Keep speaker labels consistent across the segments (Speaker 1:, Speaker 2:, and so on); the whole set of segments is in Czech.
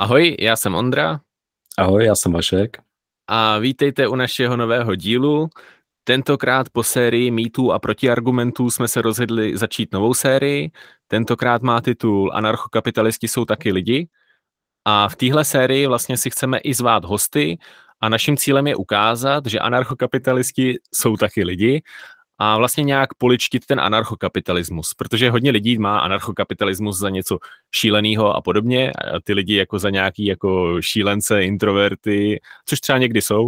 Speaker 1: Ahoj, já jsem Ondra
Speaker 2: Ahoj, já jsem Vašek.
Speaker 1: a vítejte u našeho nového dílu. Tentokrát po sérii mýtů a protiargumentů jsme se rozhodli začít novou sérii. Tentokrát má titul Anarchokapitalisti jsou taky lidi. A v téhle sérii vlastně si chceme i zvát hosty a naším cílem je ukázat, že anarchokapitalisti jsou taky lidi a vlastně nějak poličtit ten anarchokapitalismus, protože hodně lidí má anarchokapitalismus za něco šíleného a podobně, a ty lidi jako za nějaký jako šílence, introverty, což třeba někdy jsou,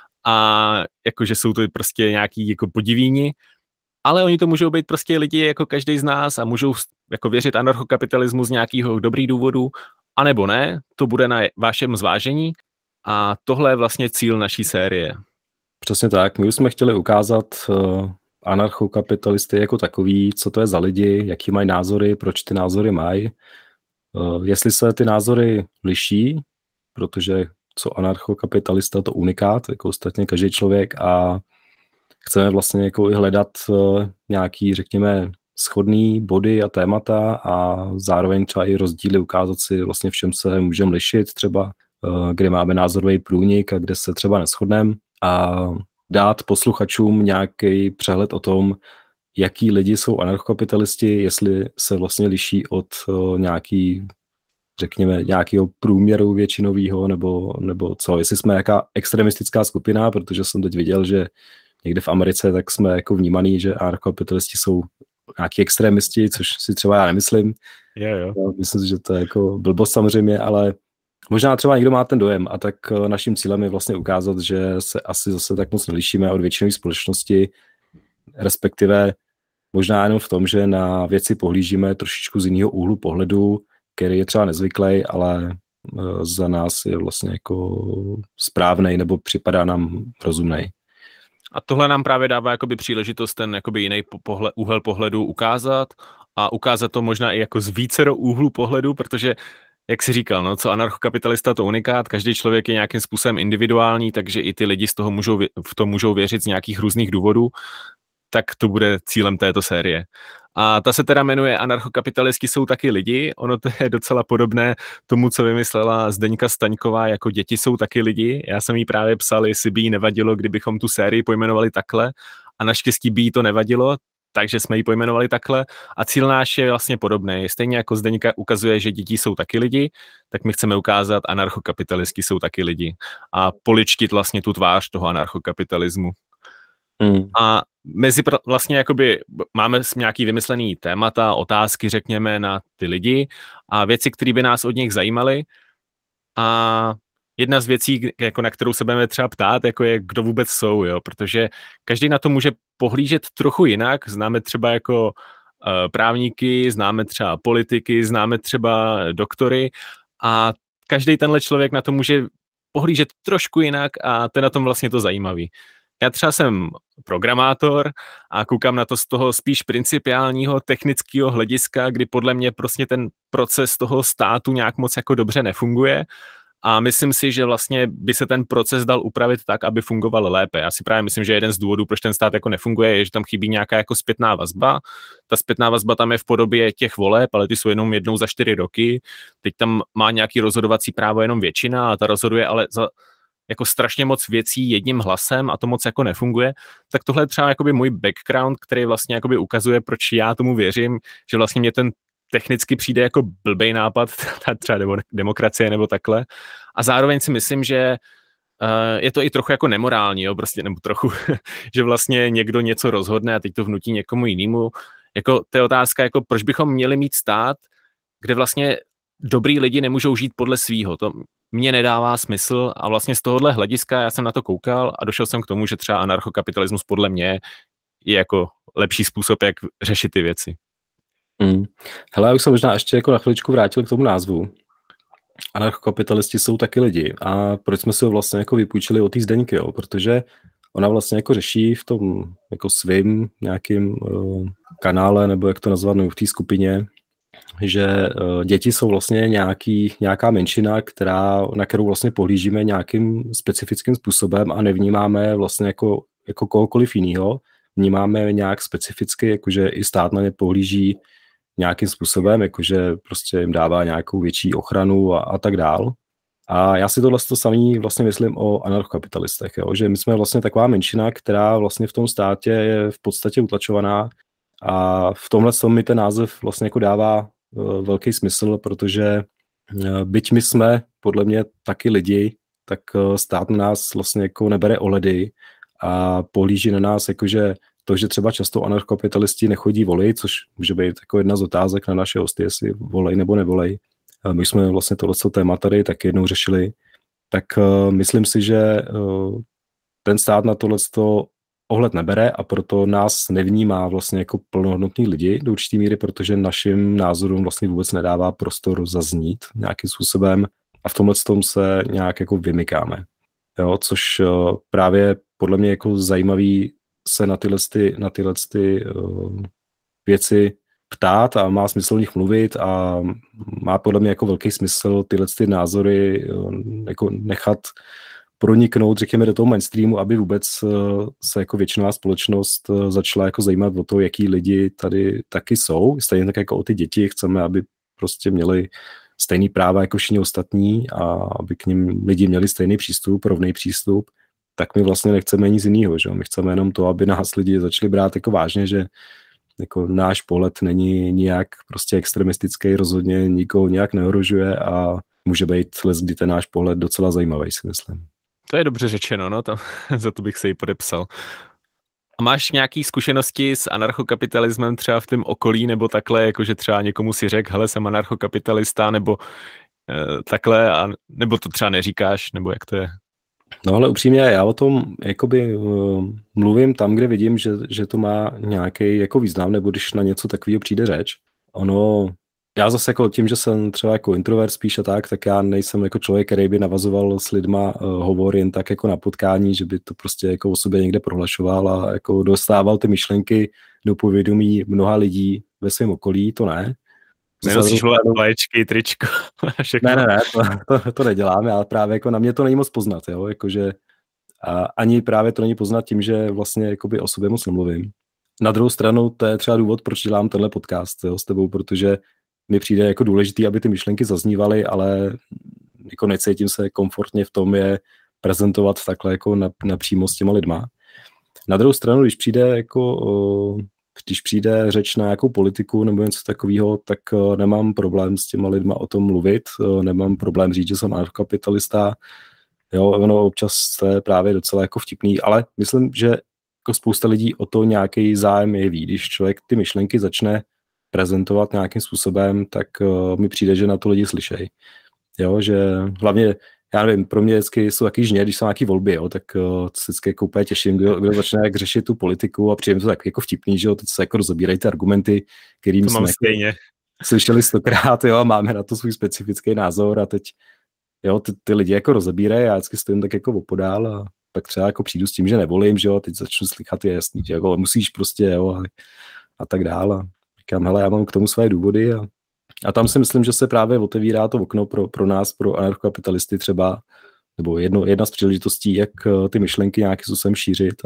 Speaker 1: a jakože jsou to prostě nějaký jako podivíni, ale oni to můžou být prostě lidi jako každý z nás a můžou jako věřit anarchokapitalismu z nějakého dobrých důvodů, anebo ne, to bude na vašem zvážení a tohle je vlastně cíl naší série.
Speaker 2: Přesně tak, my už jsme chtěli ukázat anarchokapitalisty jako takový, co to je za lidi, jaký mají názory, proč ty názory mají, jestli se ty názory liší, protože co anarchokapitalista, to unikát, jako ostatně každý člověk, a chceme vlastně jako i hledat nějaký, řekněme, shodný body a témata a zároveň třeba i rozdíly ukázat si vlastně, v čem se můžeme lišit třeba, kde máme názorový průnik a kde se třeba neshodneme, a dát posluchačům nějaký přehled o tom, jaký lidi jsou anarchokapitalisti, jestli se vlastně liší od nějaký, řekněme, nějakého průměru většinového, nebo co, jestli jsme nějaká extremistická skupina, protože jsem teď viděl, že někde v Americe tak jsme jako vnímaný, že anarchokapitalisti jsou nějaký extremisti, což si třeba já nemyslím.
Speaker 1: Jo.
Speaker 2: Myslím si, že to je jako blbost samozřejmě, ale možná třeba někdo má ten dojem, a tak naším cílem je vlastně ukázat, že se asi zase tak moc nelišíme od většinové společnosti, respektive možná jenom v tom, že na věci pohlížíme trošičku z jiného úhlu pohledu, který je třeba nezvyklý, ale za nás je vlastně jako správnej nebo připadá nám rozumnej.
Speaker 1: A tohle nám právě dává jakoby příležitost ten jakoby jiný úhel pohledu ukázat a ukázat to možná i jako z vícero úhlu pohledu, protože jak jsi říkal, no, co anarchokapitalista, to unikát, každý člověk je nějakým způsobem individuální, takže i ty lidi v tom můžou věřit z nějakých různých důvodů, tak to bude cílem této série. A ta se teda jmenuje Anarchokapitalisti jsou taky lidi, ono to je docela podobné tomu, co vymyslela Zdeňka Staňková, jako děti jsou taky lidi. Já jsem jí právě psal, jestli by jí nevadilo, kdybychom tu sérii pojmenovali takhle, a naštěstí by jí to nevadilo, takže jsme ji pojmenovali takhle a cíl náš je vlastně podobný. Stejně jako Zdeňka ukazuje, že děti jsou taky lidi, tak my chceme ukázat, anarchokapitalisti jsou taky lidi a poličtit vlastně tu tvář toho anarchokapitalismu. A vlastně jakoby máme nějaký vymyslený témata, otázky, řekněme, na ty lidi a věci, které by nás od nich zajímaly. A jedna z věcí, jako na kterou se budeme třeba ptát, jako je, kdo vůbec jsou, jo? Protože každý na to může pohlížet trochu jinak. Známe třeba jako právníky, známe třeba politiky, známe třeba doktory a každý tenhle člověk na to může pohlížet trošku jinak a to je na tom vlastně to zajímavý. Já třeba jsem programátor a koukám na to z toho spíš principiálního technického hlediska, kdy podle mě prostě ten proces toho státu nějak moc jako dobře nefunguje a myslím si, že vlastně by se ten proces dal upravit tak, aby fungoval lépe. Já si právě myslím, že jeden z důvodů, proč ten stát jako nefunguje, je, že tam chybí nějaká jako zpětná vazba. Ta zpětná vazba tam je v podobě těch voleb, ale ty jsou jenom jednou za 4 roky. Teď tam má nějaký rozhodovací právo jenom většina a ta rozhoduje ale za jako strašně moc věcí jedním hlasem a to moc jako nefunguje, tak tohle je třeba jakoby můj background, který vlastně jakoby ukazuje, proč já tomu věřím, že vlastně mě ten technicky přijde jako blbej nápad, třeba demokracie nebo takhle. A zároveň si myslím, že je to i trochu jako nemorální, jo, prostě, nebo trochu, že vlastně někdo něco rozhodne a teď to vnutí někomu jinému. Jako to je otázka, jako proč bychom měli mít stát, kde vlastně dobrý lidi nemůžou žít podle svýho. To mně nedává smysl a vlastně z tohohle hlediska já jsem na to koukal a došel jsem k tomu, že třeba anarchokapitalismus podle mě je jako lepší způsob, jak řešit ty věci.
Speaker 2: Hele, já bych se možná ještě jako na chviličku vrátil k tomu názvu. Anarchokapitalisti jsou taky lidi. A proč jsme si ho vlastně jako vypůjčili od té Zdeňky, jo? Protože ona vlastně jako řeší v tom jako svým nějakým kanále, nebo jak to nazvat, nebo v té skupině, že děti jsou vlastně nějaká menšina, na kterou vlastně pohlížíme nějakým specifickým způsobem a nevnímáme vlastně jako kohokoliv jinýho. Vnímáme nějak specificky, jakože i stát na ně pohlíží nějakým způsobem, jakože prostě jim dává nějakou větší ochranu a tak dál. A já si tohle samý vlastně myslím o anarchokapitalistech, jo? Že my jsme vlastně taková menšina, která vlastně v tom státě je v podstatě utlačovaná a v tomhle mi ten název vlastně jako dává velký smysl, protože byť my jsme podle mě taky lidi, tak stát na nás vlastně jako nebere ohledy a pohlíží na nás jakože to, že třeba často anarchokapitalisti nechodí volit, což může být jako jedna z otázek na naše hosty, jestli volej nebo nevolej. My jsme vlastně tohleto téma tady taky jednou řešili, tak myslím si, že ten stát na tohleto ohled nebere a proto nás nevnímá vlastně jako plnohodnotní lidi do určitý míry, protože našim názorům vlastně vůbec nedává prostor zaznít nějakým způsobem a v tomhle tom se nějak jako vymykáme. Jo, což právě podle mě jako zajímavý se na tyhle věci ptát a má smysl o nich mluvit a má podle mě jako velký smysl tyhle názory jako nechat proniknout, řekněme, do toho mainstreamu, aby vůbec se jako většinová společnost začala jako zajímat o to, jaký lidi tady taky jsou. Stejně tak jako o ty děti chceme, aby prostě měli stejný práva jako všichni ostatní a aby k nim lidi měli stejný přístup, rovný přístup, tak my vlastně nechceme nic jiného, že? My chceme jenom to, aby nás lidi začali brát jako vážně, že jako náš pohled není nijak prostě extremistický, rozhodně nikoho nějak neohrožuje a může být kdy ten náš pohled docela zajímavý, si myslím.
Speaker 1: To je dobře řečeno, no, tam, za to bych se jí podepsal. A máš nějaké zkušenosti s anarchokapitalismem třeba v tom okolí, nebo takhle, jakože třeba někomu si řekl, hele, jsem anarchokapitalista, nebo takhle, nebo to třeba neříkáš, nebo jak to je?
Speaker 2: No ale upřímně, já o tom jakoby mluvím tam, kde vidím, že to má nějaký jako význam, nebo když na něco takového přijde řeč. Já zase jako tím, že jsem třeba jako introvert spíš a tak já nejsem jako člověk, který by navazoval s lidma hovor jen tak jako na potkání, že by to prostě jako o sobě někde prohlašoval a jako dostával ty myšlenky do povědomí mnoha lidí ve svém okolí, to ne.
Speaker 1: Nenosíš vlaječky, tričko.
Speaker 2: Ne, to nedělám, já právě jako na mě to není moc poznat, jo, jakože ani právě to není poznat tím, že vlastně jakoby o sobě moc nemluvím. Na druhou stranu to je třeba důvod, proč dělám tenhle podcast, jo, s tebou, protože mi přijde jako důležitý, aby ty myšlenky zaznívaly, ale jako necítím se komfortně v tom je prezentovat takhle jako napřímo s těma lidma. Na druhou stranu, když přijde řeč na nějakou politiku nebo něco takového, tak nemám problém s těma lidma o tom mluvit, nemám problém říct, že jsem anarchokapitalista. Jo, ono občas to je právě docela jako vtipný, ale myslím, že jako spousta lidí o to nějaký zájem jeví. Když člověk ty myšlenky začne prezentovat nějakým způsobem, tak mi přijde, že na to lidi slyšejí. Jo, že hlavně, já nevím, pro mě vždycky jsou taky žně, když jsou nějaký volby, jo, tak se vždycky jako úplně těším, kdo začne jak řešit tu politiku a přijde to tak jako vtipný, že jo, teď se jako rozebírají ty argumenty, kterým jsme slyšeli 100krát, jo, a máme na to svůj specifický názor a teď jo, ty lidi jako rozebírají, já vždycky stojím tak jako opodál a pak třeba jako přijdu s tím, že nevolím, že jo, teď začnu slychat, je jasný, že jako musíš prostě, jo, a tak dále. Říkám, hele, já mám k tomu své důvody a tam si myslím, že se právě otevírá to okno pro nás, pro anarchokapitalisty třeba, nebo jedna z příležitostí, jak ty myšlenky nějakým způsobem šířit.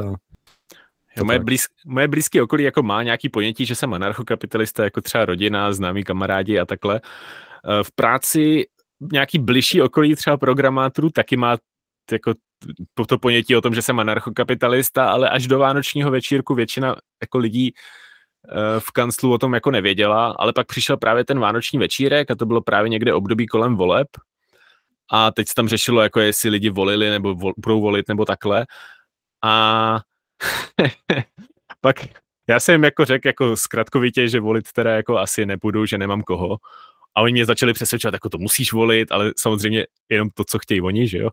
Speaker 1: Moje blízké okolí jako má nějaký ponětí, že jsem anarchokapitalista, jako třeba rodina, známí kamarádi a takhle. V práci nějaký bližší okolí třeba programátorů taky má jako to ponětí o tom, že jsem anarchokapitalista, ale až do vánočního večírku většina jako lidí v kanclu o tom jako nevěděla, ale pak přišel právě ten vánoční večírek a to bylo právě někde období kolem voleb a teď se tam řešilo, jako jestli lidi volili nebo budou volit nebo takhle a pak já jsem jim jako řekl jako zkratkovitě, že volit teda jako asi nepůjdu, že nemám koho a oni mě začali přesvědčovat, jako to musíš volit, ale samozřejmě jenom to, co chtějí oni, že jo?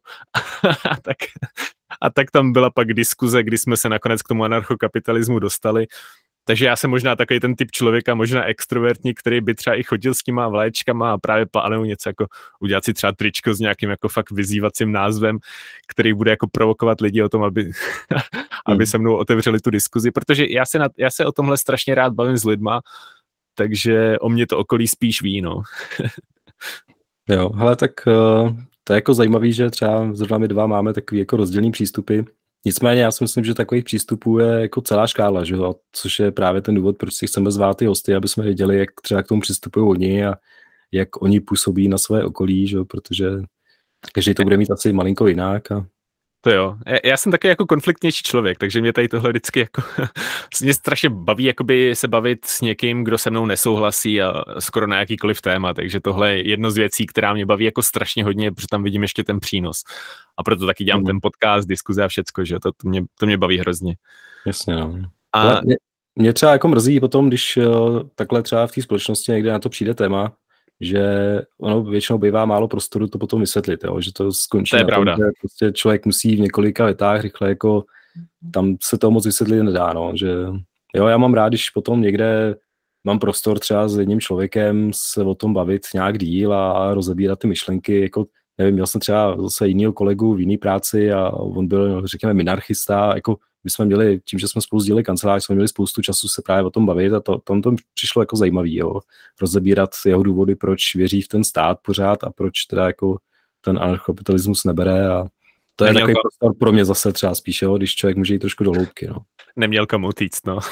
Speaker 1: a tak tam byla pak diskuze, kdy jsme se nakonec k tomu anarchokapitalismu dostali. Takže já jsem možná takový ten typ člověka, možná extrovertní, který by třeba i chodil s těma vlaječkama a právě plánuju něco jako udělat si třeba tričko s nějakým jako fakt vyzývacím názvem, který bude jako provokovat lidi o tom, aby se mnou otevřeli tu diskuzi, protože já se o tomhle strašně rád bavím s lidma, takže o mě to okolí spíš ví, no.
Speaker 2: Jo, hele, tak to je jako zajímavý, že třeba zrovna my dva máme takový jako rozdílný přístupy. Nicméně já si myslím, že takových přístupů je jako celá škála, že? Což je právě ten důvod, proč si chceme zvát ty hosty, aby jsme věděli, jak třeba k tomu přistupují oni a jak oni působí na své okolí, že? Protože Každý to bude mít asi malinko jinak.
Speaker 1: To jo. Já jsem taky jako konfliktnější člověk, takže mě tady tohle vždycky jako mě strašně baví jakoby se bavit s někým, kdo se mnou nesouhlasí a skoro na jakýkoliv téma, takže tohle je jedno z věcí, která mě baví jako strašně hodně, protože tam vidím ještě ten přínos. A proto taky dělám ten podcast, diskuze a všecko, že to mě baví hrozně.
Speaker 2: Jasně, no. A mě třeba jako mrzí potom, když takhle třeba v té společnosti někde na to přijde téma, že ono většinou bývá málo prostoru to potom vysvětlit, jo? Že to skončí
Speaker 1: to je
Speaker 2: na
Speaker 1: pravda.
Speaker 2: tom, že prostě člověk musí v několika větách rychle jako tam se to moc vysvětlit nedá, no? Že jo, já mám rád, když potom někde mám prostor třeba s jedním člověkem se o tom bavit nějak díl a rozebírat ty myšlenky, jako nevím, měl jsem třeba zase jinýho kolegu v jiný práci a on byl, řekněme, minarchista, jako my jsme měli, tím, že jsme spolu sdíleli kancelář, jsme měli spoustu času se právě o tom bavit a to přišlo jako zajímavý, jo, rozebírat jeho důvody, proč věří v ten stát pořád a proč teda jako ten anarchokapitalismus nebere a to je takový prostor pro mě zase třeba spíš, jo, když člověk může jít trošku do hloubky, no.
Speaker 1: Neměl kam utíct, no.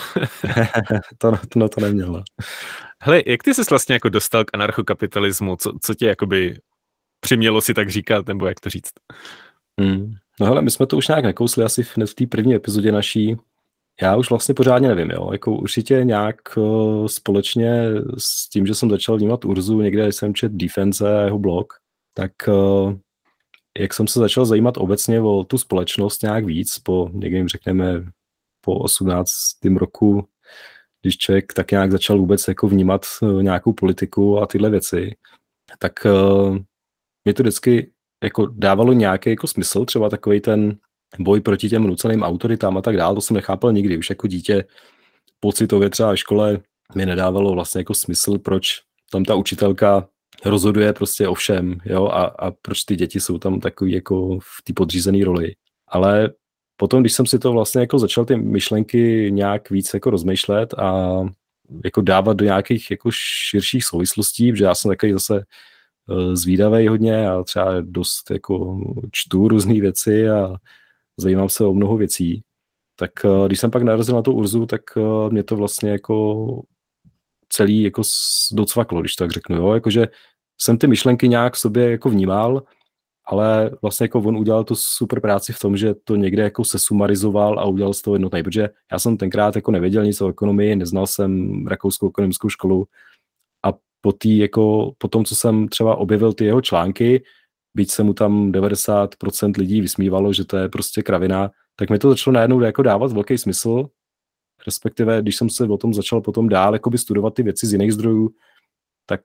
Speaker 2: to neměl, no.
Speaker 1: Hele, jak ty jsi vlastně jako dostal k anarchokapitalismu? Co tě jakoby přimělo si tak říkat, nebo jak to říct?
Speaker 2: No hele, my jsme to už nějak nekousli asi v té první epizodě naší. Já už vlastně pořádně nevím, jo. Jako určitě nějak společně s tím, že jsem začal vnímat Urzu, někde jsem četl Defense a jeho blog, tak jak jsem se začal zajímat obecně o tu společnost nějak víc, někdy řekneme po 18. roku, když člověk tak nějak začal vůbec jako vnímat nějakou politiku a tyhle věci, tak mě to vždycky jako dávalo nějaký jako smysl, třeba takovej ten boj proti těm nuceným autoritám a tak dále, to jsem nechápal nikdy. Už jako dítě pocitově třeba v škole mi nedávalo vlastně jako smysl, proč tam ta učitelka rozhoduje prostě o všem, jo, a proč ty děti jsou tam takový jako v té podřízené roli. Ale potom, když jsem si to vlastně jako začal ty myšlenky nějak víc jako rozmýšlet a jako dávat do nějakých jako širších souvislostí, protože já jsem takový zase zvídavej hodně a třeba dost jako čtu různé věci a zajímám se o mnoho věcí. Tak když jsem pak narazil na tu Urzu, tak mě to vlastně jako celý jako docvaklo, když tak řeknu, jo, jakože jsem ty myšlenky nějak v sobě jako vnímal, ale vlastně jako on udělal tu super práci v tom, že to někde jako sesumarizoval a udělal z toho jednotný, protože já jsem tenkrát jako nevěděl nic o ekonomii, neznal jsem rakouskou ekonomickou školu a po tom, co jsem třeba objevil ty jeho články, byť se mu tam 90% lidí vysmívalo, že to je prostě kravina, tak mi to začalo najednou jako dávat velký smysl, respektive když jsem se o tom začal potom dál jakoby studovat ty věci z jiných zdrojů, tak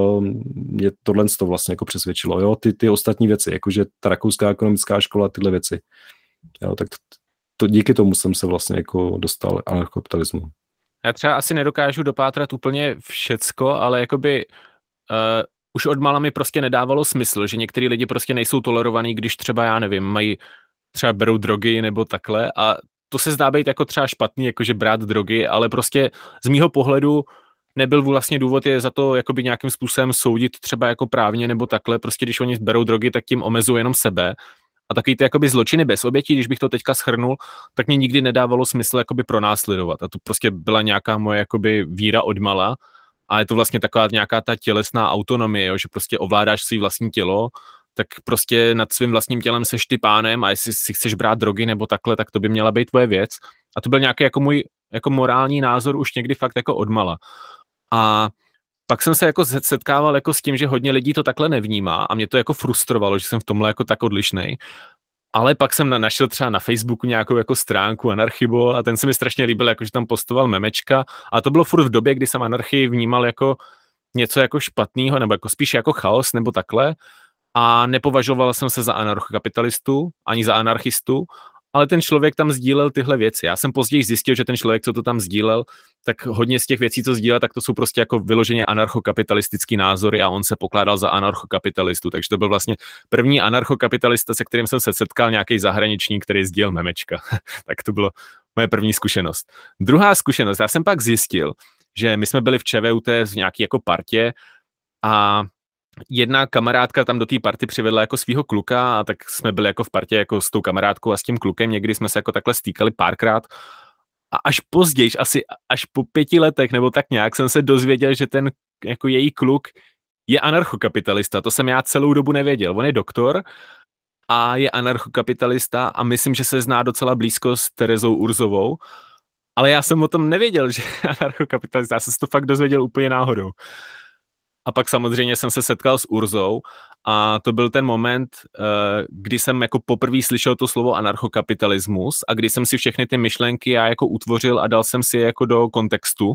Speaker 2: mě tohle to vlastně jako přesvědčilo, jo, ty ostatní věci, jakože ta rakouská ekonomická škola, tyhle věci, jo, tak to díky tomu jsem se vlastně jako dostal anarchokapitalismu.
Speaker 1: Já třeba asi nedokážu dopátrat úplně všecko, ale jakoby už odmala mi prostě nedávalo smysl, že některý lidi prostě nejsou tolerovaný, když třeba, já nevím, třeba berou drogy nebo takhle a to se zdá být jako třeba špatný, jakože brát drogy, ale prostě z mýho pohledu nebyl vlastně důvod je za to jakoby nějakým způsobem soudit třeba jako právně nebo takhle, prostě když oni berou drogy, tak tím omezují jenom sebe. A takový ty jakoby zločiny bez obětí, když bych to teďka shrnul, tak mě nikdy nedávalo smysl jakoby pronásledovat. A to prostě byla nějaká moje jakoby víra odmala. A je to vlastně taková nějaká ta tělesná autonomie, jo, že prostě ovládáš svý vlastní tělo, tak prostě nad svým vlastním tělem seš ty pánem a jestli si chceš brát drogy nebo takhle, tak to by měla být tvoje věc. A to byl nějaký jako můj jako morální názor už někdy fakt jako odmala. A pak jsem se jako setkával jako s tím, že hodně lidí to takhle nevnímá a mě to jako frustrovalo, že jsem v tomhle jako tak odlišnej. Ale pak jsem našel třeba na Facebooku nějakou jako stránku Anarchibol a ten se mi strašně líbil, jako že tam postoval memečka a to bylo furt v době, kdy jsem anarchii vnímal jako něco jako špatného nebo jako spíš jako chaos nebo takhle a nepovažoval jsem se za anarchokapitalistu ani za anarchistu, ale ten člověk tam sdílel tyhle věci. Já jsem později zjistil, že ten člověk, co to tam sdílel, tak hodně z těch věcí, co sdílel, tak to jsou prostě jako vyloženě anarchokapitalistický názory a on se pokládal za anarchokapitalistu. Takže to byl vlastně první anarchokapitalista, se kterým jsem se setkal, nějaký zahraničník, který sdílel memečka. Tak to bylo moje první zkušenost. Druhá zkušenost, já jsem pak zjistil, že my jsme byli v ČVUT v nějaký jako partě a jedna kamarádka tam do té party přivedla jako svýho kluka a tak jsme byli jako v partě jako s tou kamarádkou a s tím klukem, někdy jsme se jako takhle stýkali párkrát a až později, asi až po 5 letech nebo tak nějak jsem se dozvěděl, že ten jako její kluk je anarchokapitalista, to jsem já celou dobu nevěděl. On je doktor a je anarchokapitalista a myslím, že se zná docela blízko s Terezou Urzovou, ale já jsem o tom nevěděl, že je anarchokapitalista, já jsem se to fakt dozvěděl úplně náhodou. A pak samozřejmě jsem se setkal s Urzou a to byl ten moment, kdy jsem jako poprvé slyšel to slovo anarchokapitalismus a kdy jsem si všechny ty myšlenky já jako utvořil a dal jsem si je jako do kontextu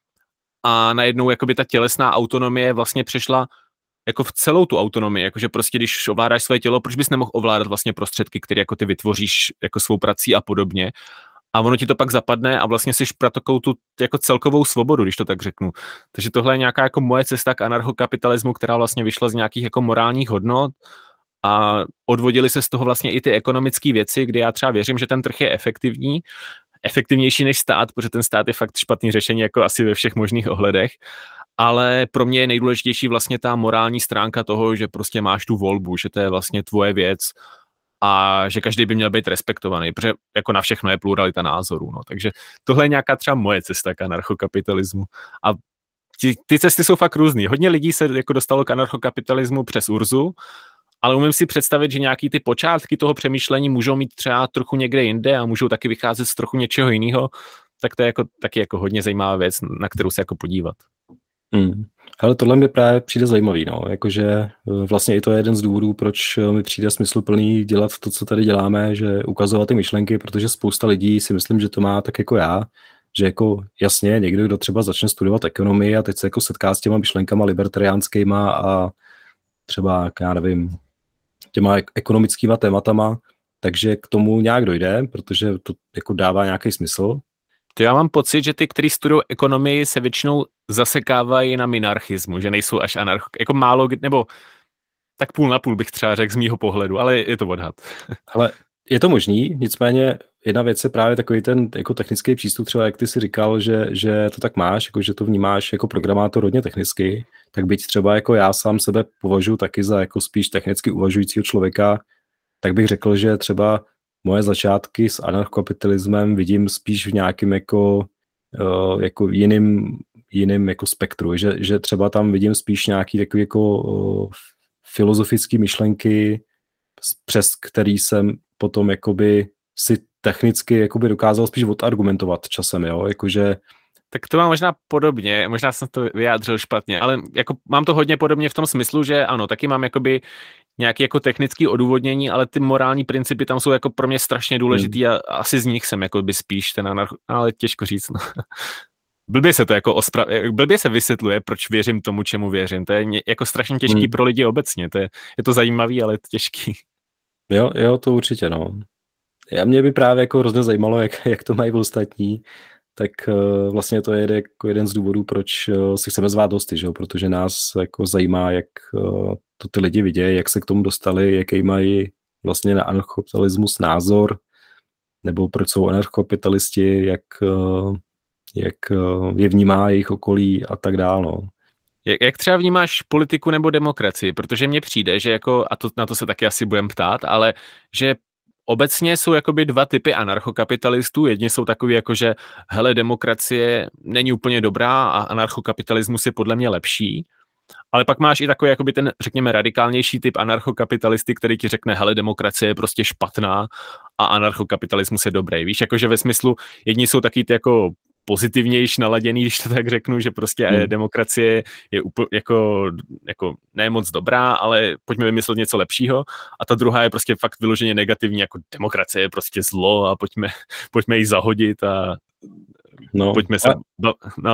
Speaker 1: a najednou jakoby ta tělesná autonomie vlastně přešla jako v celou tu autonomii, jakože prostě když ovládáš své tělo, proč bys nemohl ovládat vlastně prostředky, které jako ty vytvoříš jako svou prací a podobně. A ono ti to pak zapadne a vlastně jsi pro takovou tu jako celkovou svobodu, když to tak řeknu. Takže tohle je nějaká jako moje cesta k anarchokapitalismu, která vlastně vyšla z nějakých jako morálních hodnot a odvodili se z toho vlastně i ty ekonomické věci, kdy já třeba věřím, že ten trh je efektivnější než stát, protože ten stát je fakt špatný řešení jako asi ve všech možných ohledech. Ale pro mě je nejdůležitější vlastně ta morální stránka toho, že prostě máš tu volbu, že to je vlastně tvoje věc a že každý by měl být respektovaný, protože jako na všechno je pluralita názorů. No. Takže tohle je nějaká třeba moje cesta k anarchokapitalismu. A ty cesty jsou fakt různý. Hodně lidí se jako dostalo k anarchokapitalismu přes Urzu, ale umím si představit, že nějaký ty počátky toho přemýšlení můžou mít třeba trochu někde jinde a můžou taky vycházet z trochu něčeho jiného. Tak to je jako, taky jako hodně zajímavá věc, na kterou se jako podívat.
Speaker 2: Ale tohle mi právě přijde zajímavý, no. Jakože vlastně i to je jeden z důvodů, proč mi přijde smysluplný dělat to, co tady děláme, že ukazovat ty myšlenky, protože spousta lidí si myslím, že to má tak jako já, že jako jasně někdo, kdo třeba začne studovat ekonomii a teď se jako setká s těma myšlenkama libertariánskýma a třeba, já nevím, těma ekonomickýma tématama, takže k tomu nějak dojde, protože to jako dává nějaký smysl.
Speaker 1: To já mám pocit, že ty, kteří studují ekonomii, se většinou zasekávají na minarchismu, že nejsou až jako málo, nebo tak půl na půl bych třeba řekl z mýho pohledu, ale je to odhad.
Speaker 2: Ale je to možný, nicméně jedna věc je právě takový ten jako technický přístup, třeba jak ty si říkal, že to tak máš, jako že to vnímáš jako programátor hodně technicky, tak byť třeba jako já sám sebe považuji taky za jako spíš technicky uvažujícího člověka, tak bych řekl, že třeba moje začátky s anarchokapitalismem vidím spíš v nějakým jako jiným jako spektru, že třeba tam vidím spíš nějaký takový jako filozofický myšlenky, přes který jsem potom jakoby si technicky jakoby dokázal spíš odargumentovat časem, jo, jakože.
Speaker 1: Tak to mám možná podobně, možná jsem to vyjádřil špatně, ale jako mám to hodně podobně v tom smyslu, že ano, taky mám jakoby nějaké jako technické odůvodnění, ale ty morální principy tam jsou jako pro mě strašně důležitý a asi z nich jsem jako by spíš ten ale těžko říct. No. Blbě se vysvětluje, proč věřím tomu, čemu věřím. To je jako strašně těžký pro lidi obecně. Je to zajímavý, ale je to těžký.
Speaker 2: Jo, to určitě, no. Mě by právě jako hrozně zajímalo, jak to mají ostatní, tak vlastně to je jako jeden z důvodů, proč si chceme zvát hosty, že jo? Protože nás jako zajímá, jak to ty lidi vidějí, jak se k tomu dostali, jaký mají vlastně na anarchokapitalismus názor, nebo proč jsou anarchokapitalisti, jak je vnímá jejich okolí a tak dále. No.
Speaker 1: Jak třeba vnímáš politiku nebo demokracii? Protože mně přijde, že jako, a na to se taky asi budem ptát, ale že obecně jsou jakoby dva typy anarchokapitalistů. Jedni jsou takový jako, že hele, demokracie není úplně dobrá a anarchokapitalismus je podle mě lepší. Ale pak máš i takový jakoby ten, řekněme, radikálnější typ anarchokapitalisty, který ti řekne, hele, demokracie je prostě špatná a anarchokapitalismus je dobrý. Víš, jakože ve smyslu, jedni jsou taky ty jako pozitivnější naladěný, když to tak řeknu, že prostě demokracie je úplně jako ne moc dobrá, ale pojďme vymyslet něco lepšího. A ta druhá je prostě fakt vyloženě negativní, jako demokracie je prostě zlo a pojďme ji zahodit a pojďme se... No.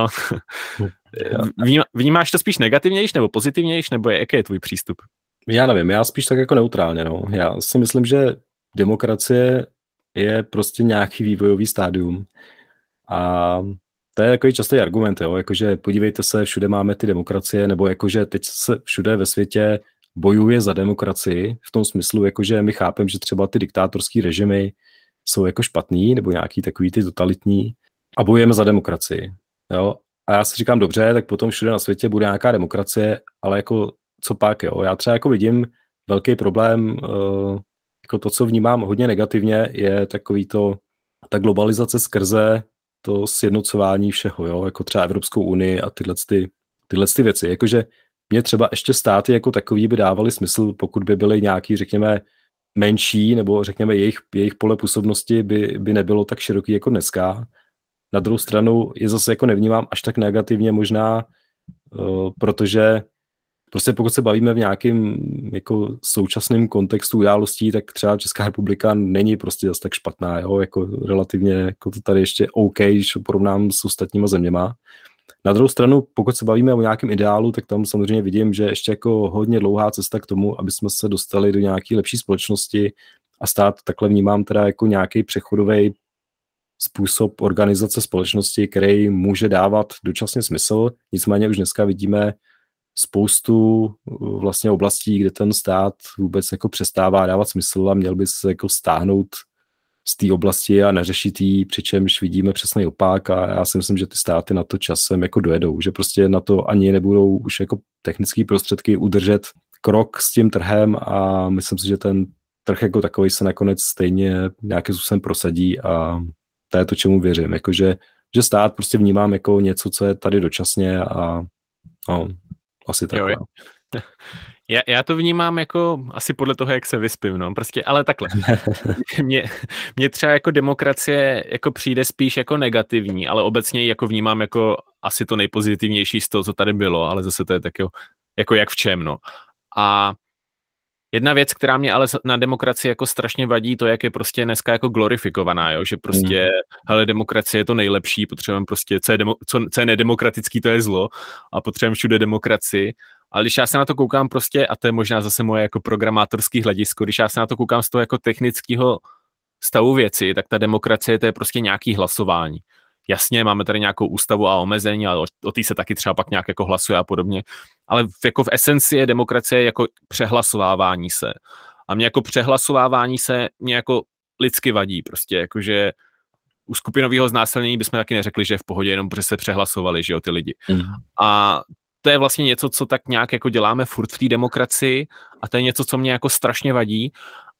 Speaker 1: Vnímáš to spíš negativnější nebo pozitivnější, nebo jaký je tvůj přístup?
Speaker 2: Já nevím, já spíš tak jako neutrálně. No. Já si myslím, že demokracie je prostě nějaký vývojový stádium. A to je takový častý argument, jo? Jakože podívejte se, všude máme ty demokracie, nebo jakože teď se všude ve světě bojuje za demokracii, v tom smyslu, jakože my chápeme, že třeba ty diktátorský režimy jsou jako špatný, nebo nějaký takový ty totalitní, a bojujeme za demokracii. Jo? A já si říkám, dobře, tak potom všude na světě bude nějaká demokracie, ale jako co pak, jo? Já třeba jako vidím velký problém, jako to, co vnímám hodně negativně, je takový ta globalizace skrze to sjednocování všeho, jo? Jako třeba Evropskou unii a tyhle věci. Jakože Mně třeba ještě státy jako takový by dávaly smysl, pokud by byly nějaký, řekněme, menší, nebo řekněme jejich pole působnosti by nebylo tak široký jako dneska. Na druhou stranu je zase jako nevnímám až tak negativně možná, protože prostě pokud se bavíme v nějakém jako současném kontextu událostí, tak třeba Česká republika není prostě zase tak špatná, jo? Jako relativně jako to tady ještě OK, když porovnám s ostatníma zeměma. Na druhou stranu, pokud se bavíme o nějakém ideálu, tak tam samozřejmě vidím, že ještě jako hodně dlouhá cesta k tomu, aby jsme se dostali do nějaké lepší společnosti a stát takhle vnímám teda jako nějaký přechodový způsob organizace společnosti, který může dávat dočasně smysl. Nicméně už dneska vidíme spoustu vlastně oblastí, kde ten stát vůbec jako přestává dávat smysl a měl by se jako stáhnout z té oblasti a neřešit jí, přičemž vidíme přesný opak a já si myslím, že ty státy na to časem jako dojedou, že prostě na to ani nebudou už jako technické prostředky udržet krok s tím trhem a myslím si, že ten trh jako takový se nakonec stejně nějakým způsobem prosadí a to je to, čemu věřím, jakože že stát prostě vnímám jako něco, co je tady dočasně a no, asi takhle.
Speaker 1: Jo. Já to vnímám jako asi podle toho, jak se vyspím, no, prostě, ale takhle. Mně třeba jako demokracie jako přijde spíš jako negativní, ale obecně jako vnímám jako asi to nejpozitivnější z toho, co tady bylo, ale zase to je tak jako jak v čem, no. A jedna věc, která mě ale na demokracii jako strašně vadí, to, jak je prostě dneska jako glorifikovaná, jo? Že prostě, hele, demokracie je to nejlepší, potřebujeme prostě, co je nedemokratický, to je zlo a potřebujeme všude demokracii. Ale když já se na to koukám prostě, a to je možná zase moje jako programátorský hledisko, když já se na to koukám z toho jako technického stavu věci, tak ta demokracie to je prostě nějaký hlasování. Jasně, máme tady nějakou ústavu a omezení, ale o té se taky třeba pak nějak jako hlasuje a podobně. Ale jako v esenci je demokracie jako přehlasovávání se. A mě jako přehlasovávání se mě jako lidsky vadí prostě, jakože u skupinového znásilnění bychom taky neřekli, že je v pohodě, jenom protože se přehlasovali, že jo, ty lidi. A to je vlastně něco, co tak nějak jako děláme furt v té demokracii a to je něco, co mě jako strašně vadí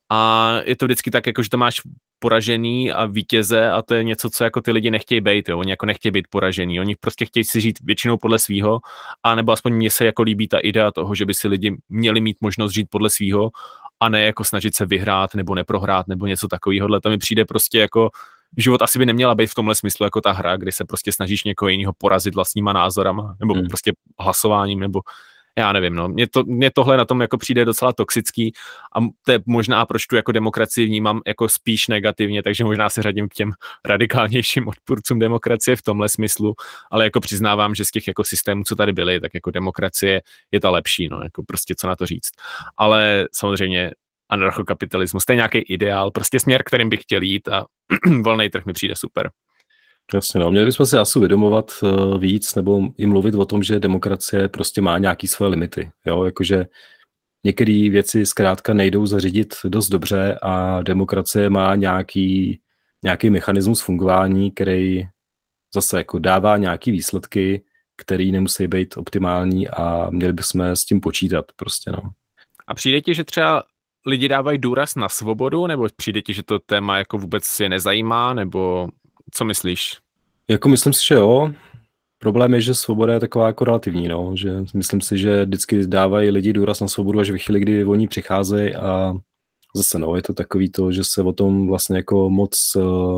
Speaker 1: a je to vždycky tak, jako že to máš poražený a vítěze a to je něco, co jako ty lidi nechtějí být, jo? Oni jako nechtějí být poražený, oni prostě chtějí si žít většinou podle svýho, a nebo aspoň mně se jako líbí ta idea toho, že by si lidi měli mít možnost žít podle svýho a ne jako snažit se vyhrát nebo neprohrát nebo něco takového. To mi přijde prostě jako život asi by neměla být v tomhle smyslu jako ta hra, kdy se prostě snažíš někoho jiného porazit vlastníma názorama nebo prostě hlasováním nebo já nevím, no. Mně tohle na tom jako přijde docela toxický a to je možná, proč tu jako demokracii vnímám jako spíš negativně, takže možná se řadím k těm radikálnějším odpůrcům demokracie v tomhle smyslu, ale jako přiznávám, že z těch jako systémů, co tady byly, tak jako demokracie je ta lepší, no, jako prostě co na to říct. Ale samozřejmě anarchokapitalismus, to je nějaký ideál, prostě směr, kterým bych chtěl jít a volný trh mi přijde super.
Speaker 2: Jasně, no. Měli bychom si asi uvědomovat víc nebo i mluvit o tom, že demokracie prostě má nějaký svoje limity. Jo? Jakože některé věci zkrátka nejdou zařídit dost dobře a demokracie má nějaký mechanismus fungování, který zase jako dává nějaký výsledky, který nemusí být optimální a měli bychom s tím počítat prostě, no.
Speaker 1: A přijde ti, že třeba lidi dávají důraz na svobodu, nebo přijde ti, že to téma jako vůbec je nezajímá, nebo co myslíš?
Speaker 2: Jako myslím si, že jo. Problém je, že svoboda je taková jako relativní, no. Že myslím si, že vždycky dávají lidi důraz na svobodu až ve chvíli, kdy oni přicházejí a zase no, je to takový to, že se o tom vlastně jako moc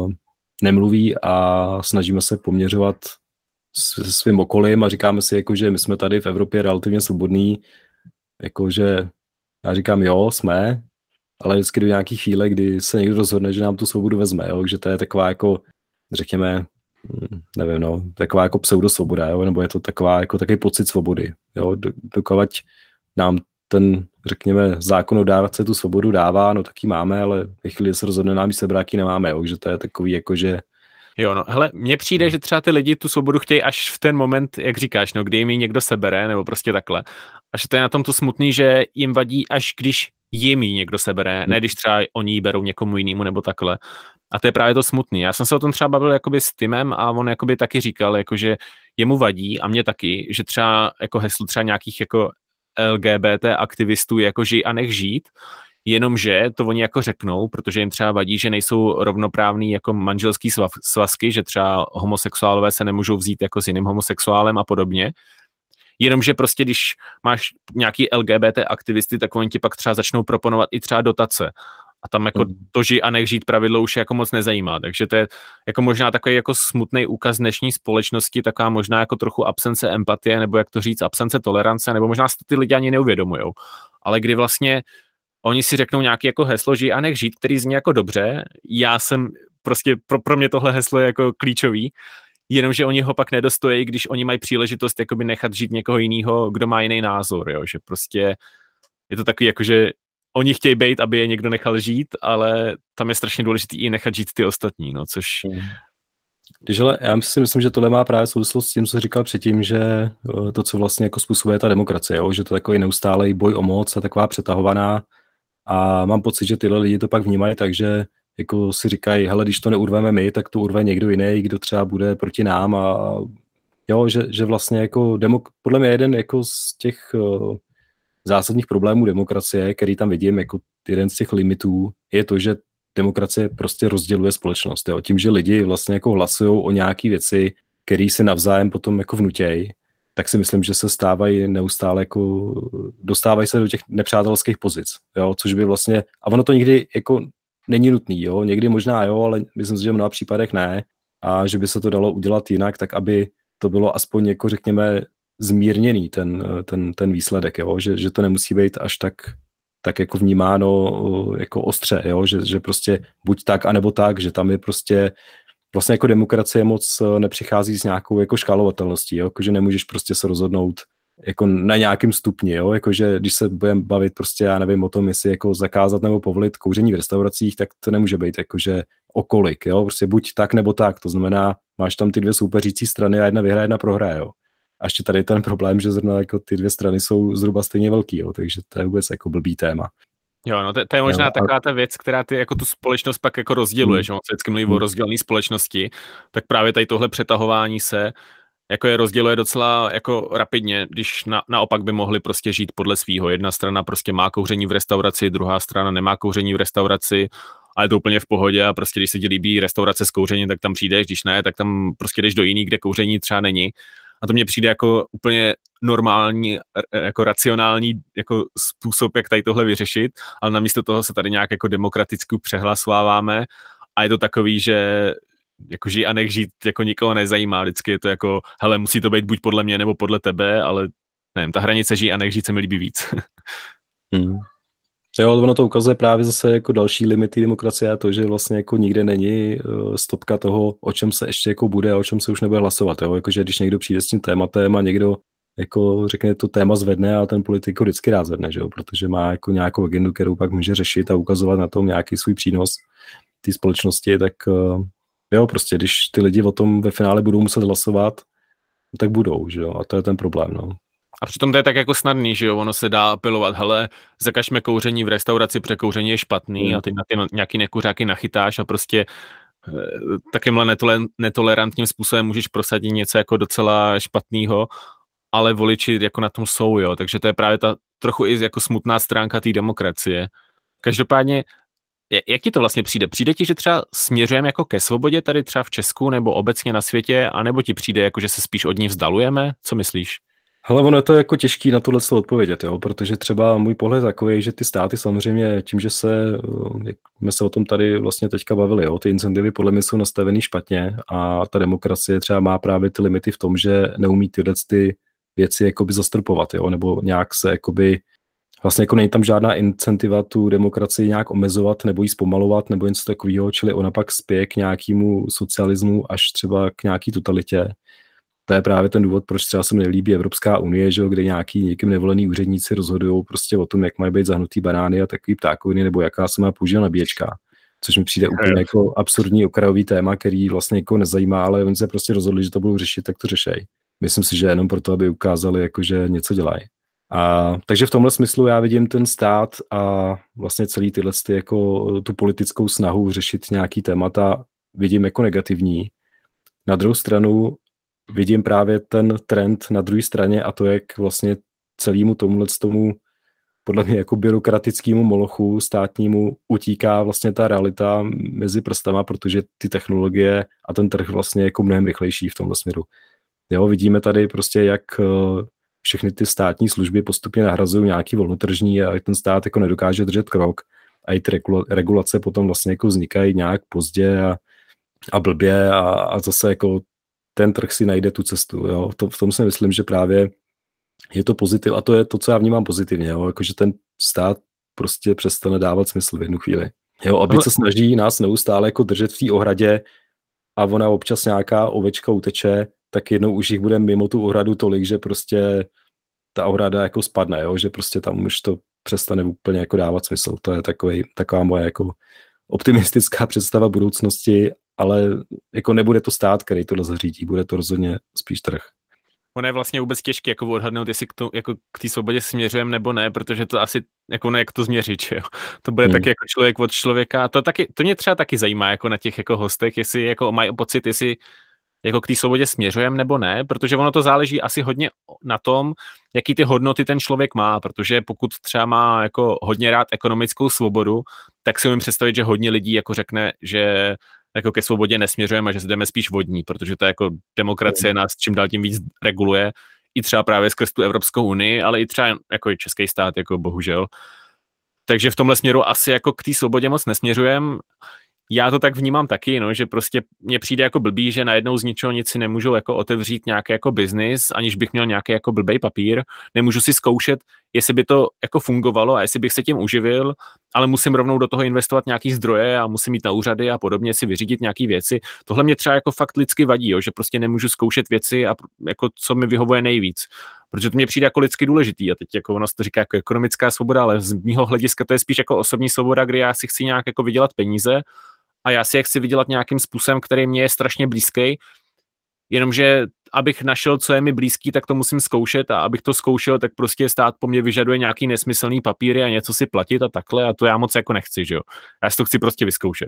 Speaker 2: nemluví a snažíme se poměřovat se svým okolím a říkáme si, jako, že my jsme tady v Evropě relativně svobodní, jakože já říkám jo, jsme, ale vždycky do nějaký chvíle, kdy se někdo rozhodne, že nám tu svobodu vezme, jo, že to je taková jako, řekněme, nevím, no, taková jako pseudosvoboda, jo, nebo je to taková jako takový pocit svobody, jo, dokud nám ten, řekněme, zákonodárce tu svobodu dává, no tak ji máme, ale ve chvíli se rozhodne nám ji sebrat, ji nemáme, jo, že to je takový jako, že
Speaker 1: jo, no, hele, mně přijde, že třeba ty lidi tu svobodu chtějí až v ten moment, jak říkáš, no, kdy jim ji někdo sebere, nebo prostě takhle. A že to je na tom to smutný, že jim vadí, až když jim ji někdo sebere, ne když třeba oni ji berou někomu jinému, nebo takhle. A to je právě to smutný. Já jsem se o tom třeba bavil jakoby s Timem a on jakoby taky říkal, jakože jemu vadí a mě taky, že třeba jako heslo třeba nějakých jako LGBT aktivistů je jako žij a nech žít, jenomže to oni jako řeknou, protože jim třeba vadí, že nejsou rovnoprávný jako manželský svazky, že třeba homosexuálové se nemůžou vzít jako s jiným homosexuálem a podobně. Jenomže prostě, když máš nějaký LGBT aktivisty, tak oni ti pak třeba začnou proponovat i třeba dotace. A tam jako to žij a nech žít pravidlo už jako moc nezajímá. Takže to je jako možná takový jako smutný úkaz dnešní společnosti, taková možná jako trochu absence empatie, nebo jak to říct, absence tolerance, nebo možná si to ty lidi ani neuvědomujou. Ale kdy vlastně oni si řeknou nějaký jako heslo žij a nech žít, který zní jako dobře. Já jsem prostě, pro mě tohle heslo je jako klíčový, jenomže oni ho pak nedostojí, když oni mají příležitost jakoby nechat žít někoho jiného, kdo má jiný názor, jo? Že prostě je to takový jako, že oni chtějí být, aby je někdo nechal žít, ale tam je strašně důležitý i nechat žít ty ostatní, no, což...
Speaker 2: Já si myslím, že tohle má právě souvislost s tím, co říkal předtím, že to, co vlastně jako způsobuje ta demokracie, jo? Že to je takový neustálý boj o moc a taková přetahovaná a mám pocit, že tyhle lidi to pak vnímají, takže jako si říkají, hele, když to neurveme my, tak to urve někdo jiný, kdo třeba bude proti nám a jo, že vlastně jako podle mě jeden jako z těch zásadních problémů demokracie, který tam vidím jako jeden z těch limitů, je to, že demokracie prostě rozděluje společnost. Jo. Tím, že lidi vlastně jako hlasují o nějaký věci, které si navzájem potom jako vnutějí, tak si myslím, že se stávají neustále jako, dostávají se do těch nepřátelských pozic, jo, což by vlastně, a ono to nikdy jako není nutný, jo, někdy možná jo, ale myslím si, že v mnoha případech ne, a že by se to dalo udělat jinak, tak aby to bylo aspoň jako řekněme zmírněný ten výsledek, jo, že to nemusí být až tak jako vnímáno jako ostře, jo, že prostě buď tak, anebo tak, že tam je prostě vlastně jako demokracie moc nepřichází s nějakou jako škálovatelností, jo, jako že nemůžeš prostě se rozhodnout jako na nějakém stupni, jo, jakože když se budeme bavit prostě, já nevím o tom, jestli jako zakázat nebo povolit kouření v restauracích, tak to nemůže být jakože okolik, jo, prostě buď tak nebo tak, to znamená, máš tam ty dvě soupeřící strany a jedna vyhraje, jedna prohraje, jo. A ještě tady je ten problém, že zrovna jako ty dvě strany jsou zhruba stejně velký, jo, takže to je vůbec jako blbý téma.
Speaker 1: Jo, no to je možná taková ta věc, která ty jako tu společnost pak jako rozděluje, že on se vždycky mluví o rozdělené společnosti, tak právě tady tohle přetahování se jako je rozděluje docela jako rapidně, když naopak by mohli prostě žít podle svýho. Jedna strana prostě má kouření v restauraci, druhá strana nemá kouření v restauraci, ale je to úplně v pohodě a prostě když se ti líbí restaurace s kouřením, tak tam přijdeš, když ne, tak tam prostě jdeš do jiný, kde kouření třeba není. A to mně přijde jako úplně normální, jako racionální jako způsob, jak tady tohle vyřešit, ale namísto toho se tady nějak jako demokraticky přehlasováváme a je to takový, že jako žij a nech žít jako nikoho nezajímá, vždycky je to jako, hele, musí to být buď podle mě nebo podle tebe, ale nevím, ta hranice žij a nech žít se mi líbí víc.
Speaker 2: Jo, ono to ukazuje právě zase jako další limity demokracie a to, že vlastně jako nikde není stopka toho, o čem se ještě jako bude a o čem se už nebude hlasovat, jo, jakože když někdo přijde s tím tématem a někdo jako řekne to téma zvedne a ten politik vždycky rád zvedne, že jo, protože má jako nějakou agendu, kterou pak může řešit a ukazovat na tom nějaký svůj přínos té společnosti, tak jo, prostě když ty lidi o tom ve finále budou muset hlasovat, tak budou, že jo, a to je ten problém, no.
Speaker 1: A přitom to je tak jako snadný, že jo, ono se dá apelovat, hele, zakažme kouření v restauraci, protože kouření je špatný a ty na ty nějaký nekuřáky nachytáš a prostě takýmhle netolerantním způsobem můžeš prosadit něco jako docela špatného, ale voliči jako na tom jsou, jo, takže to je právě ta trochu i jako smutná stránka té demokracie. Každopádně, jak ti to vlastně přijde? Přijde ti, že třeba směřujeme jako ke svobodě tady třeba v Česku nebo obecně na světě, anebo ti přijde jako, že se spíš od ní vzdalujeme? Co myslíš?
Speaker 2: Hele, ono je to jako těžký na tohle odpovědět, jo, protože třeba můj pohled je takový, že ty státy samozřejmě tím, že jak jsme se o tom tady vlastně teďka bavili, jo, ty incentivy podle mě jsou nastavený špatně a ta demokracie třeba má právě ty limity v tom, že neumí tyhle ty věci jakoby zastropovat, jo, nebo nějak se jakoby, vlastně jako není tam žádná incentiva tu demokracii nějak omezovat nebo ji zpomalovat nebo něco takového, čili ona pak spěje k nějakému socialismu až třeba k nějaký totalitě. To je právě ten důvod, proč třeba se mi nelíbí Evropská unie, že jo, kde nějaký někým nevolený úředníci rozhodují prostě o tom, jak mají být zahnutý banány a takový ptákoviny, nebo jaká se má použít nabíječka. Což mi přijde úplně jako absurdní okrajový téma, který vlastně jako nezajímá, ale oni se prostě rozhodli, že to budou řešit, tak to řešej. Myslím si, že jenom proto, aby ukázali, jako, že něco dělají. Takže v tomhle smyslu já vidím ten stát a vlastně celý tyhle jako tu politickou snahu řešit nějaký témata vidím jako negativní. Na druhou stranu vidím právě ten trend na druhé straně a to, jak vlastně celému tomu podle mě jako byrokratickému molochu státnímu utíká vlastně ta realita mezi prstama, protože ty technologie a ten trh vlastně je jako mnohem rychlejší v tomhle směru. Jo, vidíme tady prostě, jak všechny ty státní služby postupně nahrazují nějaký volnotržní a ten stát jako nedokáže držet krok a i ty regulace potom vlastně jako vznikají nějak pozdě a blbě a zase jako ten trh si najde tu cestu. Jo. V tom si myslím, že právě je to pozitiv a to je to, co já vnímám pozitivně, jo. Jako, že ten stát prostě přestane dávat smysl v jednu chvíli. Jo, aby se snaží nás neustále jako držet v té ohradě a ona občas nějaká ovečka uteče, tak jednou už jich bude mimo tu ohradu tolik, že prostě ta ohrada jako spadne, jo? Že prostě tam už to přestane úplně jako dávat smysl. To je taková moje jako optimistická představa budoucnosti, ale jako nebude to stát, který tohle zařídí, bude to rozhodně spíš trh.
Speaker 1: Ono je vlastně vůbec těžké jako odhadnout, jestli k té svobodě směřujeme nebo ne, protože to asi jako jak to změřit, že jo. To bude tak jako člověk od člověka. To mě třeba taky zajímá jako na těch jako hostech, jestli jako mají pocit, jestli jako k té svobodě směřujeme nebo ne, protože ono to záleží asi hodně na tom, jaký ty hodnoty ten člověk má, protože pokud třeba má jako hodně rád ekonomickou svobodu, tak si umím představit, že hodně lidí jako řekne, že jako ke svobodě nesměřujeme a že jdeme spíš vodní, protože to jako demokracie nás čím dál tím víc reguluje, i třeba právě skrz tu Evropskou unii, ale i třeba jako i český stát, jako bohužel. Takže v tomhle směru asi jako k té svobodě moc nesměřujeme. Já to tak vnímám taky, no, že prostě mně přijde jako blbý, že najednou z ničeho nic si nemůžu jako otevřít nějaký jako biznis, aniž bych měl nějaký jako blbej papír. Nemůžu si zkoušet, jestli by to jako fungovalo a jestli bych se tím uživil, ale musím rovnou do toho investovat nějaký zdroje a musím jít na úřady a podobně si vyřídit nějaký věci. Tohle mě třeba jako fakt lidsky vadí, jo, že prostě nemůžu zkoušet věci a jako co mi vyhovuje nejvíc. Protože to mě přijde jako lidsky důležitý a teď jako ono se to říká jako ekonomická svoboda, ale z mýho hlediska to je spíš jako osobní svoboda, kdy já si chci nějak jako vydělat peníze a já si je chci vydělat nějakým způsobem, který mě je strašně blízký, jenomže abych našel, co je mi blízký, tak to musím zkoušet a abych to zkoušel, tak prostě stát po mně vyžaduje nějaký nesmyslný papíry a něco si platit a takhle a to já moc jako nechci, že jo. Já si to chci prostě vyzkoušet.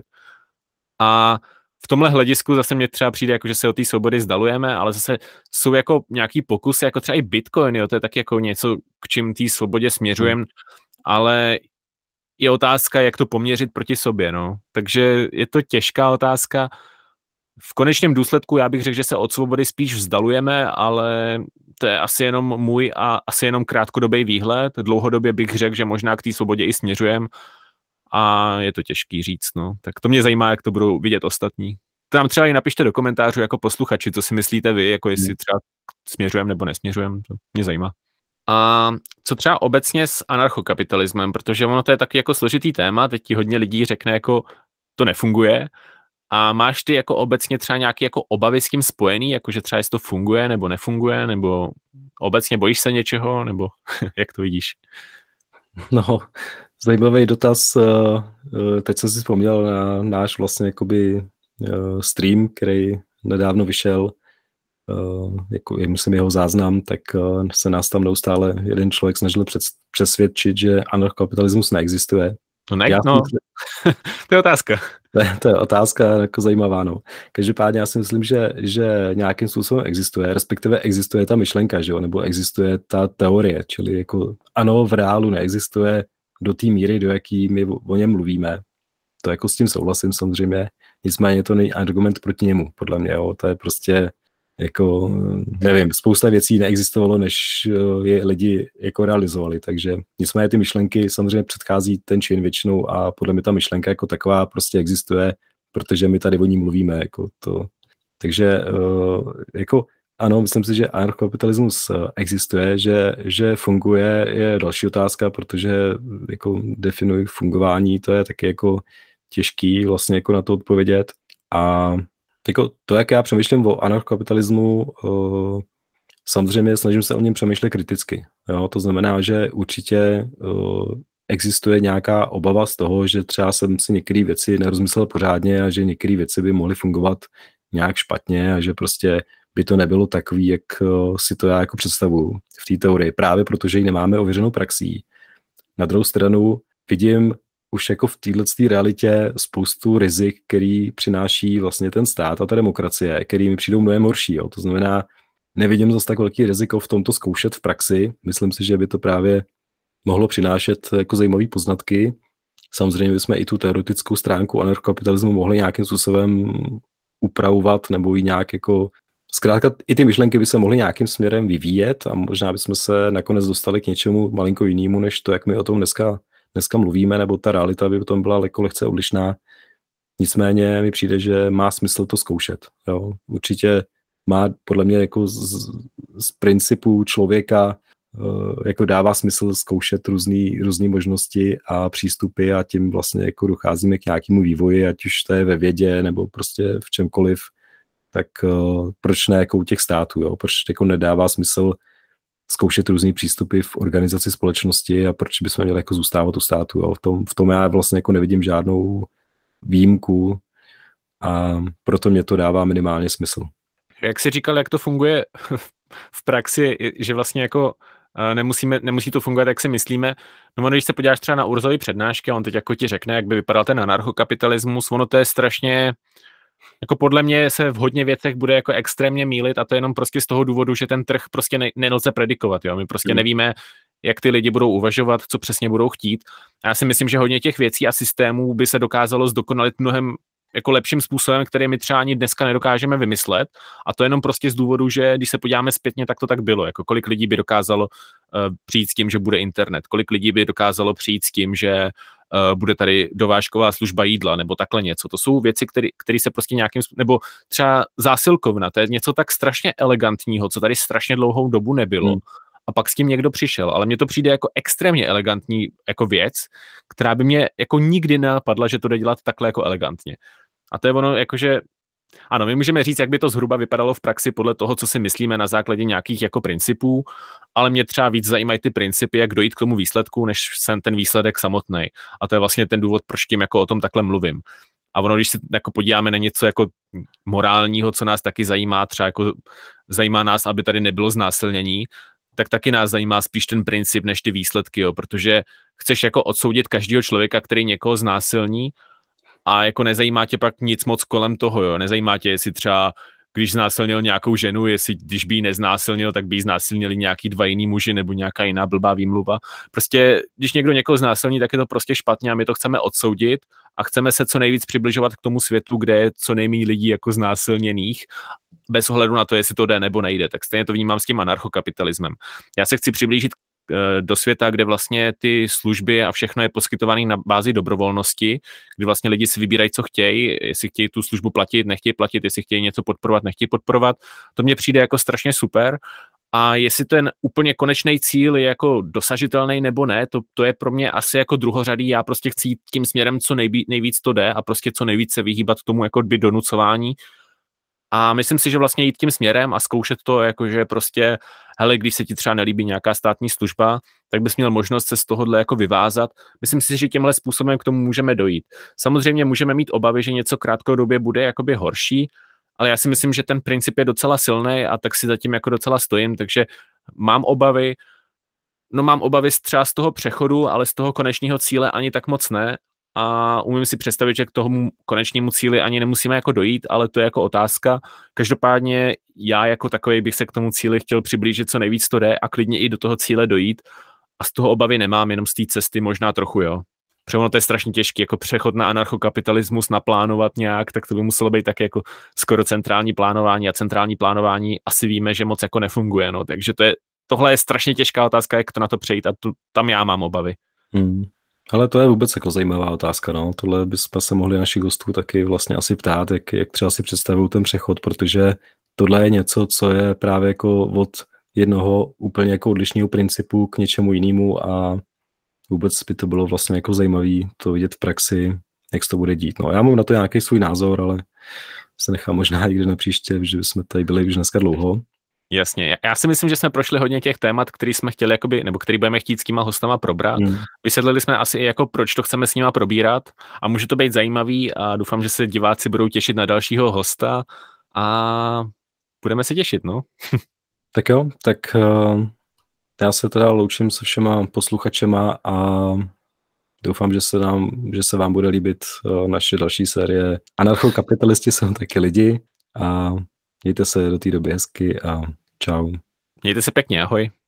Speaker 1: A v tomhle hledisku zase mě třeba přijde, jako, že se o té svobody zdalujeme, ale zase jsou jako nějaký pokusy, jako třeba i Bitcoin, jo, to je taky jako něco, k čím té svobodě směřujeme, ale je otázka, jak to poměřit proti sobě, no. Takže je to těžká otázka. V konečném důsledku já bych řekl, že se od svobody spíš vzdalujeme, ale to je asi jenom můj a asi jenom krátkodobý výhled. Dlouhodobě bych řekl, že možná k té svobodě i směřujeme a je to těžký říct, no. Tak to mě zajímá, jak to budou vidět ostatní. To nám třeba i napište do komentářů jako posluchači, co si myslíte vy, jako jestli třeba směřujeme nebo nesměřujeme, to mě zajímá. A co třeba obecně s anarchokapitalismem, protože ono to je taky jako složitý téma, teď ti hodně lidí řekne jako to nefunguje a máš ty jako obecně třeba nějaké jako obavy s tím spojený, jako že třeba jestli to funguje nebo nefunguje, nebo obecně bojíš se něčeho, nebo jak to vidíš?
Speaker 2: No, zajímavý dotaz, teď jsem si vzpomněl na náš vlastně jakoby stream, který nedávno vyšel, jako myslím jeho záznam, tak se nás tam neustále jeden člověk snažil přesvědčit, že anarchokapitalismus neexistuje.
Speaker 1: To je otázka.
Speaker 2: To je otázka jako zajímavá, no. Každopádně já si myslím, že nějakým způsobem existuje, respektive existuje ta myšlenka, že jo, nebo existuje ta teorie, čili jako ano, v reálu neexistuje do té míry, do jaký my o něm mluvíme. To jako s tím souhlasím samozřejmě, nicméně to není argument proti němu, podle mě, jo. To je prostě jako, nevím, spousta věcí neexistovalo, než je lidi jako realizovali, takže nicméně ty myšlenky samozřejmě předchází ten čin většinou a podle mě ta myšlenka jako taková prostě existuje, protože my tady o ní mluvíme, jako to. Takže jako ano, myslím si, že anarchokapitalismus existuje, že funguje, je další otázka, protože jako definuji fungování, to je taky jako těžký vlastně jako na to odpovědět a jako to, jak já přemýšlím o anarchokapitalismu, samozřejmě snažím se o něm přemýšlet kriticky. Jo? To znamená, že určitě existuje nějaká obava z toho, že třeba jsem si některé věci nerozmyslel pořádně a že některé věci by mohly fungovat nějak špatně a že prostě by to nebylo takový, jak si to já jako představuju v té teorii. Právě protože ji nemáme ověřenou praxí. Na druhou stranu vidím už jako v této realitě spoustu rizik, který přináší vlastně ten stát a ta demokracie, který mi přijdou mnohem horší. Jo. To znamená, nevidím zase tak velký riziko v tomto zkoušet v praxi. Myslím si, že by to právě mohlo přinášet jako zajímavé poznatky. Samozřejmě bychom i tu teoretickou stránku anarchokapitalismu mohli nějakým způsobem upravovat nebo ji nějak jako zkrátka i ty myšlenky by se mohly nějakým směrem vyvíjet a možná bychom se nakonec dostali k něčemu malinko jinému, než to, jak my o tom dneska mluvíme, nebo ta realita by potom byla lehce odlišná. Nicméně mi přijde, že má smysl to zkoušet. Jo? Určitě má podle mě jako z principu člověka jako dává smysl zkoušet různé možnosti a přístupy a tím vlastně jako docházíme k nějakému vývoji, ať už to je ve vědě nebo prostě v čemkoliv, tak proč ne jako u těch států, jo? Proč jako nedává smysl zkoušet různý přístupy v organizaci společnosti a proč bychom měli jako zůstávat u státu. Jo? V tom já vlastně jako nevidím žádnou výjimku a proto mě to dává minimálně smysl.
Speaker 1: Jak jsi říkal, jak to funguje v praxi, že vlastně jako nemusí to fungovat, jak si myslíme. No, když se podíváš třeba na Urzovy přednášky, on teď jako ti řekne, jak by vypadal ten anarchokapitalismus, ono to je strašně, jako podle mě se v hodně věcech bude jako extrémně mýlit a to je jenom prostě z toho důvodu, že ten trh prostě nelze predikovat, jo. My prostě nevíme, jak ty lidi budou uvažovat, co přesně budou chtít. A já si myslím, že hodně těch věcí a systémů by se dokázalo zdokonalit mnohem jako lepším způsobem, který my třeba ani dneska nedokážeme vymyslet. A to jenom prostě z důvodu, že když se podíváme zpětně, tak to tak bylo. Jako kolik lidí by dokázalo přijít s tím, že bude internet, kolik lidí by dokázalo přijít s tím, že bude tady dovážková služba jídla nebo takhle něco. To jsou věci, které se prostě nějakým nebo třeba zásilkovna, to je něco tak strašně elegantního, co tady strašně dlouhou dobu nebylo. A pak s tím někdo přišel, ale mně to přijde jako extrémně elegantní jako věc, která by mě jako nikdy nenapadla, že to jde dělat takhle jako elegantně. A to je ono, jakože, ano, my můžeme říct, jak by to zhruba vypadalo v praxi podle toho, co si myslíme na základě nějakých jako principů, ale mě třeba víc zajímají ty principy, jak dojít k tomu výsledku, než ten výsledek samotný. A to je vlastně ten důvod, proč tím jako o tom takhle mluvím. A ono, když se jako podíváme na něco jako morálního, co nás taky zajímá, třeba jako zajímá nás, aby tady nebylo znásilnění, tak taky nás zajímá spíš ten princip než ty výsledky, jo, protože chceš jako odsoudit každého člověka, který někoho znásilní a jako nezajímá tě pak nic moc kolem toho, jo, nezajímá tě, jestli třeba když znásilnil nějakou ženu, jestli když by ji neznásilnil, tak by ji znásilnili nějaký dva jiný muži nebo nějaká jiná blbá výmluva. Prostě, když někdo někoho znásilní, tak je to prostě špatně a my to chceme odsoudit a chceme se co nejvíc přibližovat k tomu světu, kde je co nejméně lidí jako znásilněných, bez ohledu na to, jestli to jde nebo nejde. Tak stejně to vnímám s tím anarchokapitalismem. Já se chci přiblížit do světa, kde vlastně ty služby a všechno je poskytované na bázi dobrovolnosti, kdy vlastně lidi si vybírají, co chtějí, jestli chtějí tu službu platit, nechtějí platit, jestli chtějí něco podporovat, nechtějí podporovat. To mně přijde jako strašně super. A jestli ten úplně konečný cíl je jako dosažitelný nebo ne, to je pro mě asi jako druhořadý. Já prostě chci jít tím směrem, co nejvíc to jde a prostě co nejvíc se vyhýbat tomu jako by donucování. A myslím si, že vlastně jít tím směrem a zkoušet to, jakože prostě, hele, když se ti třeba nelíbí nějaká státní služba, tak bys měl možnost se z tohohle jako vyvázat. Myslím si, že tímhle způsobem k tomu můžeme dojít. Samozřejmě můžeme mít obavy, že něco krátkodobě bude jakoby horší, ale já si myslím, že ten princip je docela silný a tak si zatím jako docela stojím, takže mám obavy třeba z toho přechodu, ale z toho konečného cíle ani tak moc ne. A umím si představit, že k tomu konečnému cíli ani nemusíme jako dojít, ale to je jako otázka. Každopádně já jako takovej bych se k tomu cíli chtěl přiblížit co nejvíc to jde a klidně i do toho cíle dojít. A z toho obavy nemám, jenom z té cesty možná trochu, jo. Protože to je strašně těžké, jako přechod na anarchokapitalismus naplánovat nějak, tak to by muselo být tak jako skoro centrální plánování a centrální plánování asi víme, že moc jako nefunguje, no. Takže tohle je strašně těžká otázka, jak to na to přejít a tam já mám obavy.
Speaker 2: Ale to je vůbec jako zajímavá otázka, no. Tohle bychom se mohli našich hostů taky vlastně asi ptát, jak třeba si představují ten přechod, protože tohle je něco, co je právě jako od jednoho úplně jako odlišného principu k něčemu jinému a vůbec by to bylo vlastně jako zajímavý to vidět v praxi, jak se to bude dít. No, já mám na to nějaký svůj názor, ale se nechám možná někdy na příště, že jsme tady byli už dneska dlouho.
Speaker 1: Jasně, já si myslím, že jsme prošli hodně těch témat, který jsme chtěli, jakoby, nebo který budeme chtít s těma hostama probrat. Vysvětlili jsme asi i jako, proč to chceme s nima probírat a může to být zajímavý a doufám, že se diváci budou těšit na dalšího hosta a budeme se těšit, no.
Speaker 2: Tak jo, tak já se teda loučím se všema posluchačema a doufám, že se vám bude líbit naše další série. Anarchokapitalisti jsou taky lidi a mějte se do té doby hezky a čau.
Speaker 1: Mějte se pěkně, ahoj.